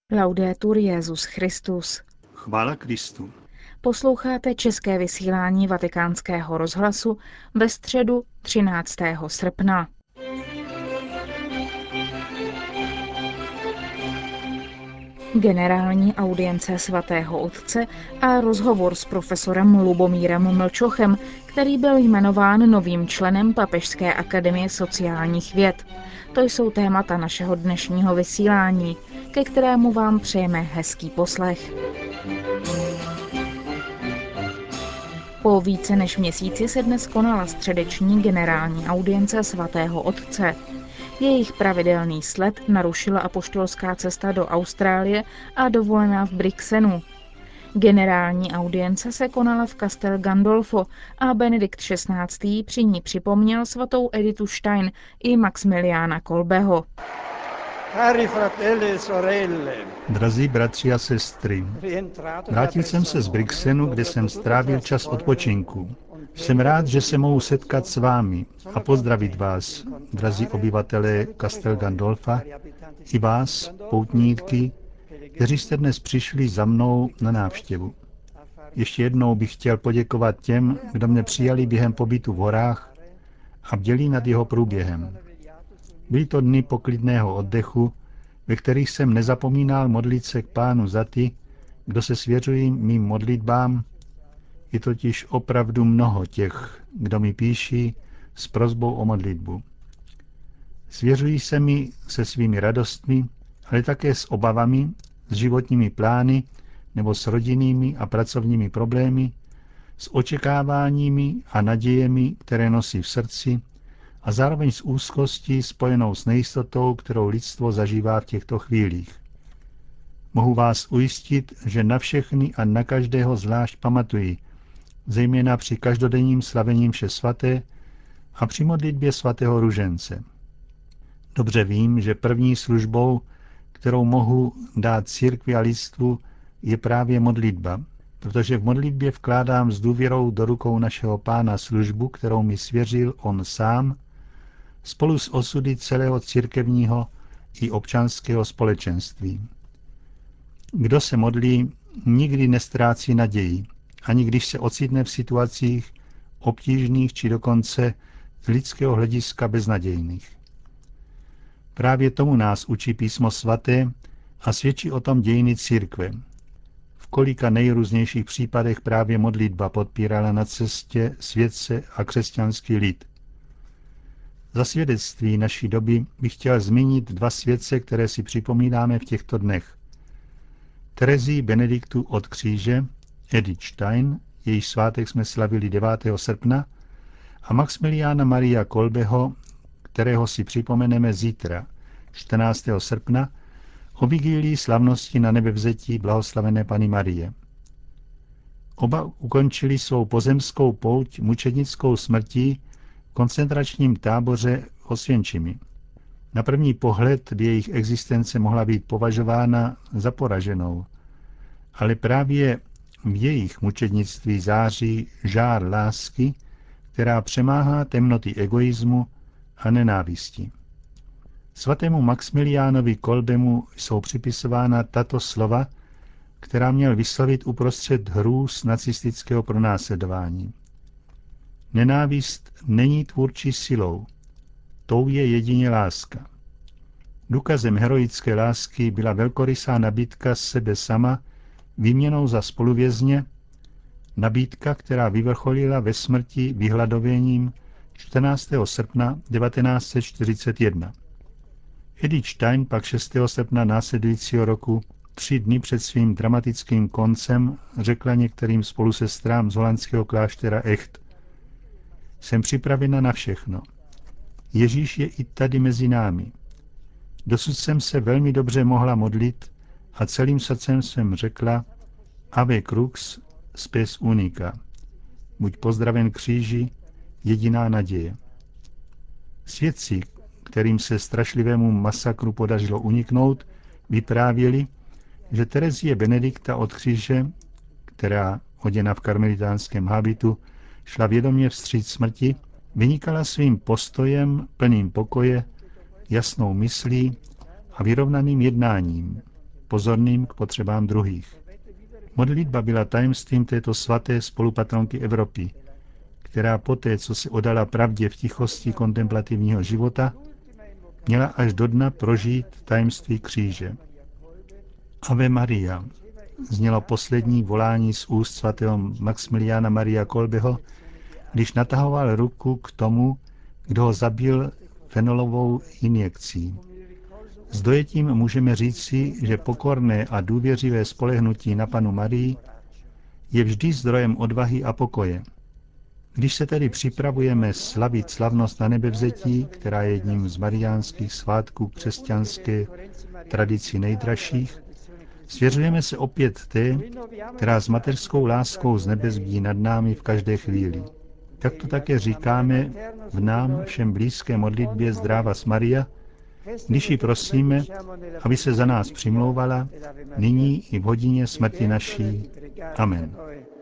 Laudetur Jesus Christus. Chvála Kristu. Posloucháte české vysílání Vatikánského rozhlasu ve středu 13. srpna. Generální audience svatého otce a rozhovor s profesorem Lubomírem Mlčochem, který byl jmenován novým členem Papežské akademie sociálních věd. To jsou témata našeho dnešního vysílání, ke kterému vám přejeme hezký poslech. Po více než měsíci se dnes konala středeční generální audience svatého otce. Jejich pravidelný sled narušila apoštolská cesta do Austrálie a dovolená v Brixenu. Generální audience se konala v Castel Gandolfo a Benedikt XVI. Při ní připomněl svatou Editu Stein i Maximiliána Kolbeho. Drazí bratři a sestry, vrátil jsem se z Brixenu, kde jsem strávil čas odpočinku. Jsem rád, že se mohu setkat s vámi a pozdravit vás, drazí obyvatelé Castel Gandolfa, i vás, poutníky, kteří jste dnes přišli za mnou na návštěvu. Ještě jednou bych chtěl poděkovat těm, kdo mě přijali během pobytu v horách a bdělí nad jeho průběhem. Byly to dny poklidného oddechu, ve kterých jsem nezapomínal modlit se k Pánu za ty, kdo se svěřují mým modlitbám. Je totiž opravdu mnoho těch, kdo mi píší s prosbou o modlitbu. Svěřují se mi se svými radostmi, ale také s obavami, s životními plány nebo s rodinnými a pracovními problémy, s očekáváními a nadějemi, které nosí v srdci, a zároveň s úzkostí spojenou s nejistotou, kterou lidstvo zažívá v těchto chvílích. Mohu vás ujistit, že na všechny a na každého zvlášť pamatuji, zejména při každodenním slavení mše svaté a při modlitbě svatého ružence. Dobře vím, že první službou, kterou mohu dát církvi a lidstvu, je právě modlitba, protože v modlitbě vkládám s důvěrou do rukou našeho Pána službu, kterou mi svěřil on sám, spolu s osudy celého církevního i občanského společenství. Kdo se modlí, nikdy nestrácí naději, ani když se ocitne v situacích obtížných či dokonce z lidského hlediska beznadějných. Právě tomu nás učí Písmo svaté a svědčí o tom dějiny církve. V kolika nejrůznějších případech právě modlitba podpírala na cestě světce a křesťanský lid. Za svědectví naší doby bych chtěl zmínit dva světce, které si připomínáme v těchto dnech. Terezii Benediktu od kříže, Edith Stein, jejíž svátek jsme slavili 9. srpna, a Maximiliána Maria Kolbeho, kterého si připomeneme zítra, 14. srpna, o vigílii slavnosti na nebevzetí blahoslavené Panny Marie. Oba ukončili svou pozemskou pouť mučednickou smrtí v koncentračním táboře v Osvěnčimi. Na první pohled by jejich existence mohla být považována za poraženou, ale právě v jejich mučednictví září žár lásky, která přemáhá temnoty egoismu a nenávisti. Svatému Maximiliánovi Kolbemu jsou připisována tato slova, která měl vyslovit uprostřed hrůz nacistického pronásledování. Nenávist není tvůrčí silou, tou je jedině láska. Důkazem heroické lásky byla velkorysá nabídka sebe sama výměnou za spoluvězně, nabídka, která vyvrcholila ve smrti vyhladověním 14. srpna 1941. Edith Stein pak 6. srpna následujícího roku, 3 dny před svým dramatickým koncem, řekla některým spolusestrám z holandského kláštera Echt: Jsem připravena na všechno. Ježíš je i tady mezi námi. Dosud jsem se velmi dobře mohla modlit a celým srdcem jsem řekla Ave crux spes unica. Buď pozdraven kříži, jediná naděje. Svědci, kterým se strašlivému masakru podařilo uniknout, vyprávěli, že Terezie Benedikta od kříže, která oděna v karmelitánském habitu šla vědomě vstříc smrti, vynikala svým postojem plným pokoje, jasnou myslí a vyrovnaným jednáním. pozorným k potřebám druhých. Modlitba byla tajemstvím této svaté spolupatronky Evropy, která poté, co se oddala pravdě v tichosti kontemplativního života, měla až do dna prožít tajemství kříže. Ave Maria znělo poslední volání z úst svatého Maximiliána Maria Kolbeho, když natahoval ruku k tomu, kdo ho zabil fenolovou injekcí. S dojetím můžeme říci, že pokorné a důvěřivé spolehnutí na Pannu Marii je vždy zdrojem odvahy a pokoje. Když se tedy připravujeme slavit slavnost na nebevzetí, která je jedním z mariánských svátků křesťanské tradici nejdražších, svěřujeme se opět té, která s mateřskou láskou z nebes bdí nad námi v každé chvíli. Tak to také říkáme v nám všem blízké modlitbě Zdravas Maria, když ji prosíme, aby se za nás přimlouvala, nyní i v hodině smrti naší. Amen.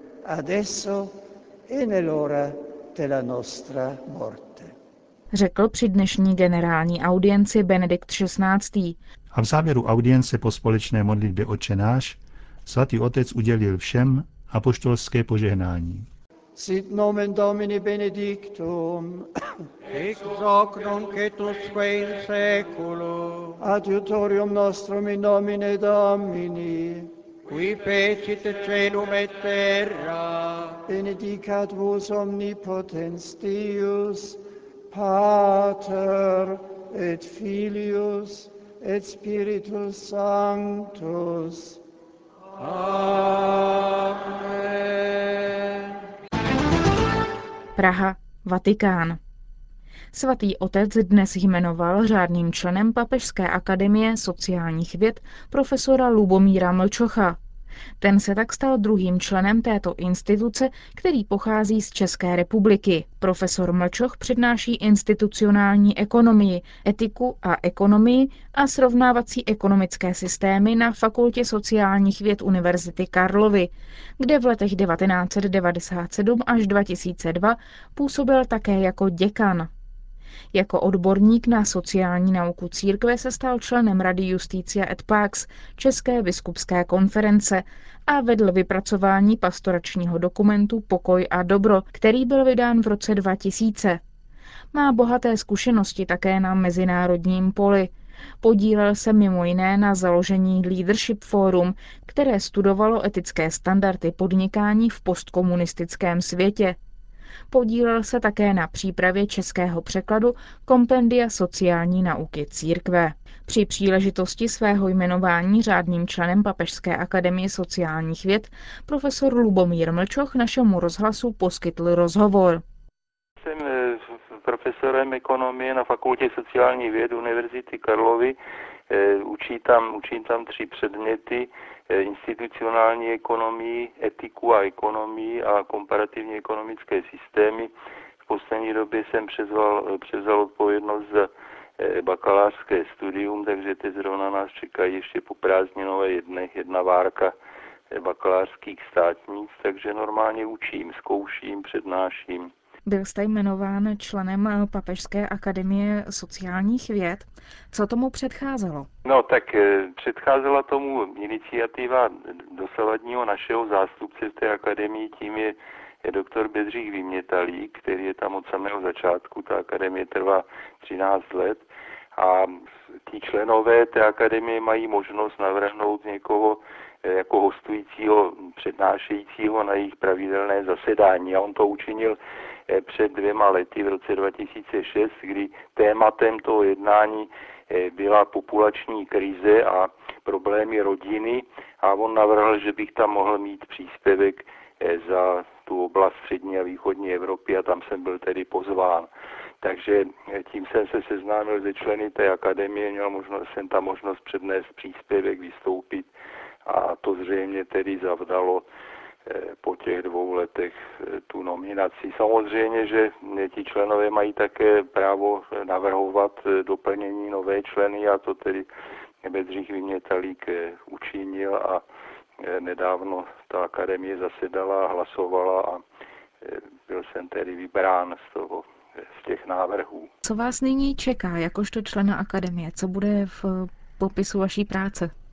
Řekl při dnešní generální audienci Benedikt XVI. A v závěru audience po společné modlitbě Otče náš svatý otec udělil všem apoštolské požehnání. Sit nomen Domini benedictum, Hic hoc nunc et usque in seculum, adiutorium nostrum in nomine Domini, qui fecit caelum et terra, benedicat vos omnipotens Deus, Pater et Filius et Spiritus Sanctus. Amen. Praha, Vatikán. Svatý otec dnes jmenoval řádným členem Papežské akademie sociálních věd profesora Lubomíra Mlčocha. Ten se tak stal druhým členem této instituce, který pochází z České republiky. Profesor Mlčoch přednáší institucionální ekonomii, etiku a ekonomii a srovnávací ekonomické systémy na Fakultě sociálních věd Univerzity Karlovy, kde v letech 1997 až 2002 působil také jako děkan. Jako odborník na sociální nauku církve se stal členem Rady Justitia et Pax České biskupské konference a vedl vypracování pastoračního dokumentu Pokoj a dobro, který byl vydán v roce 2000. Má bohaté zkušenosti také na mezinárodním poli. Podílel se mimo jiné na založení Leadership Forum, které studovalo etické standardy podnikání v postkomunistickém světě. Podílel se také na přípravě českého překladu Kompendia sociální nauky církve. Při příležitosti svého jmenování řádným členem Papežské akademie sociálních věd profesor Lubomír Mlčoch našemu rozhlasu poskytl rozhovor. Jsem profesorem ekonomie na Fakultě sociálních věd Univerzity Karlovy. Učím tam 3 předměty: institucionální ekonomii, etiku a ekonomii a komparativní ekonomické systémy. V poslední době jsem převzal odpovědnost za bakalářské studium, takže teď zrovna nás čekají ještě po prázdninové jedna várka bakalářských státnic, takže normálně učím, zkouším, přednáším. Byl jste jmenován členem Papežské akademie sociálních věd. Co tomu předcházelo? No tak předcházela tomu iniciativa dosavadního našeho zástupce v té akademii, tím je doktor Bedřich Vymětalík, který je tam od samého začátku. Ta akademie trvá 13 let a ti členové té akademie mají možnost navrhnout někoho jako hostujícího, přednášejícího na jejich pravidelné zasedání. A on to učinil před 2 lety, v roce 2006, kdy tématem toho jednání byla populační krize a problémy rodiny a on navrhl, že bych tam mohl mít příspěvek za tu oblast střední a východní Evropy a tam jsem byl tedy pozván. Takže tím jsem se seznámil se členy té akademie, jsem tam možnost přednést příspěvek, vystoupit a to zřejmě tedy zavdalo po těch 2 letech tu nominaci. Samozřejmě, že ti členové mají také právo navrhovat doplnění nové členy a to tedy Bedřich Vymětalík učinil a nedávno ta akademie zasedala a hlasovala a byl jsem tedy vybrán z těch návrhů. Co vás nyní čeká jakožto člena akademie? Co bude v popisu vaší práce?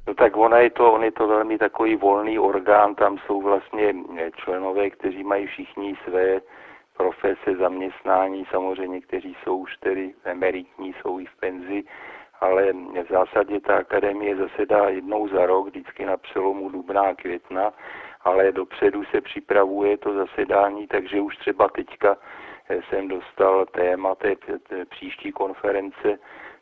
No tak on je to velmi takový volný orgán, tam jsou vlastně členové, kteří mají všichni své profese, zaměstnání, samozřejmě někteří jsou už tedy emeritní, jsou i v penzi, ale v zásadě ta akademie zasedá jednou za rok, vždycky na přelomu dubna a května, ale dopředu se připravuje to zasedání, takže už třeba teďka jsem dostal téma té příští konference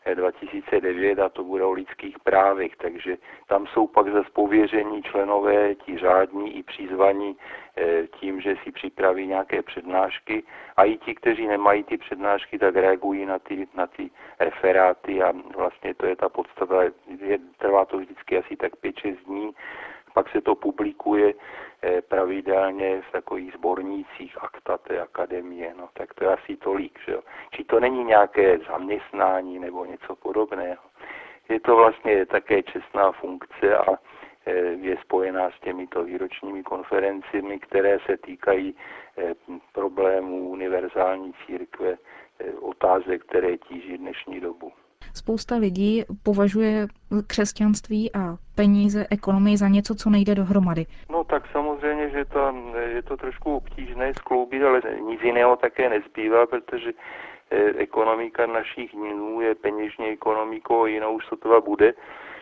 2009 a to bude o lidských právech, takže tam jsou pak zase pověření členové, ti řádní i přizvaní tím, že si připraví nějaké přednášky a i ti, kteří nemají ty přednášky, tak reagují na ty referáty a vlastně to je ta podstata, trvá to vždycky asi tak 5-6 dní, pak se to publikuje pravidelně v takových sbornících akta té akademie, no tak to je asi tolik, že jo. Či to není nějaké zaměstnání nebo něco podobného. Je to vlastně také čestná funkce a je spojená s těmito výročními konferencemi, které se týkají problémů univerzální církve, otázek, které tíží dnešní dobu. Spousta lidí považuje křesťanství a peníze, ekonomii za něco, co nejde dohromady. No tak samozřejmě, že je to trošku obtížné skloubit, ale nic jiného také nezbývá, protože ekonomika našich dnů je peněžní ekonomikou, jinou už sotva bude.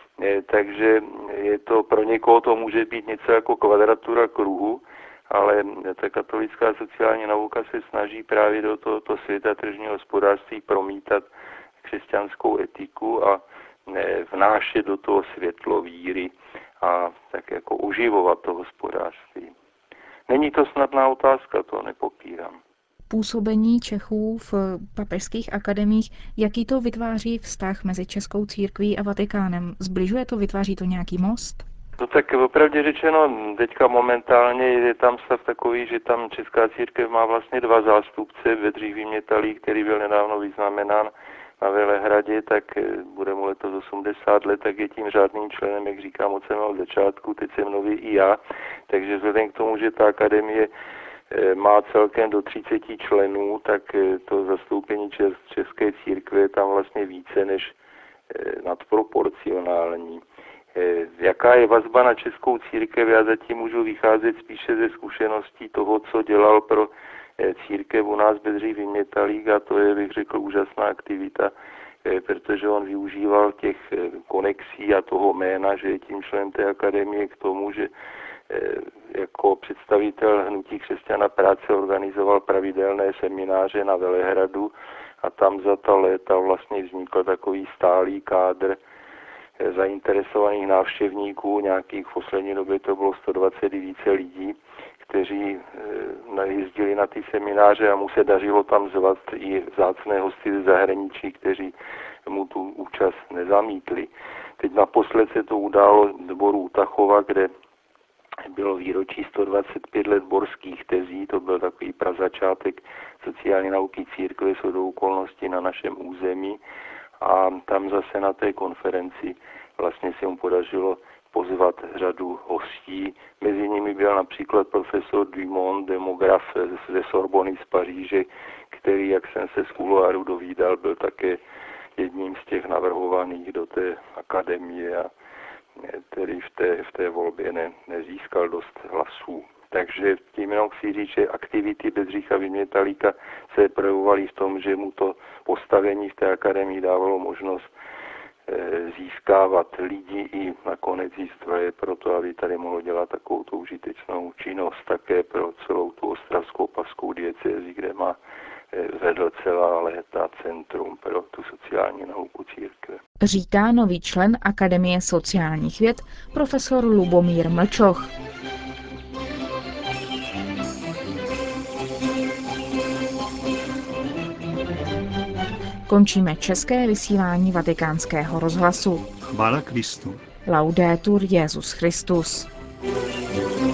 Takže je to pro někoho to může být něco jako kvadratura kruhu, ale ta katolická sociální nauka se snaží právě do tohoto světa tržního hospodářství promítat křesťanskou etiku a vnášet do toho světlo víry a tak jako oživovat to hospodářství. Není to snadná otázka, to nepopírám. Působení Čechů v papežských akademiích, jaký to vytváří vztah mezi Českou církví a Vatikánem? Zbližuje to, vytváří to nějaký most? No tak opravdu řečeno, teďka momentálně je tam stav takový, že tam Česká církev má vlastně 2 zástupce, Bedřich Vymětalý, který byl nedávno vyznamenán na Velehradě, tak bude mu letos 80 let, tak je tím řádným členem, jak říkám, od samého začátku, teď jsem nový i já, takže vzhledem k tomu, že ta akademie má celkem do 30 členů, tak to zastoupení České církve je tam vlastně více než nadproporcionální. Jaká je vazba na Českou církev? Já zatím můžu vycházet spíše ze zkušeností toho, co dělal pro církev u nás Bedřich Vymětalík a to je, bych řekl, úžasná aktivita, protože on využíval těch konexí a toho jména, že je tím členem té akademie k tomu, že jako představitel Hnutí křesťana práce organizoval pravidelné semináře na Velehradu a tam za ta léta vlastně vznikl takový stálý kádr zainteresovaných návštěvníků, nějakých v poslední době to bylo 120 více lidí, kteří jezdili na ty semináře a mu se dařilo tam zvat i vzácné hosty ze zahraničí, kteří mu tu účast nezamítli. Teď naposled se to událo v Boru u Tachova, kde bylo výročí 125 let borských tezí, to byl takový prazačátek sociální nauky církve shodou okolností na našem území a tam zase na té konferenci vlastně se mu podařilo pozvat řadu hostí. Mezi nimi byl například profesor Dumont, demograf ze Sorbony z Paříže, který, jak jsem se z kuloáru dovídal, byl také jedním z těch navrhovaných do té akademie a který v té volbě nezískal dost hlasů. Takže tím jenom chci říct, že aktivity Bedřicha Vymětalíka se projevovaly v tom, že mu to postavení v té akademii dávalo možnost získávat lidi i nakonec i zdroje pro to, aby tady mohlo dělat takovou tu užitečnou činnost také pro celou tu ostravskou paskou diecézi, kde má vedl celá léta Centrum pro tu sociální nauku církve. Říká nový člen Akademie sociálních věd profesor Lubomír Mlčoch. Končíme české vysílání Vatikánského rozhlasu. Chvála Kristu. Laudetur Jesus Christus.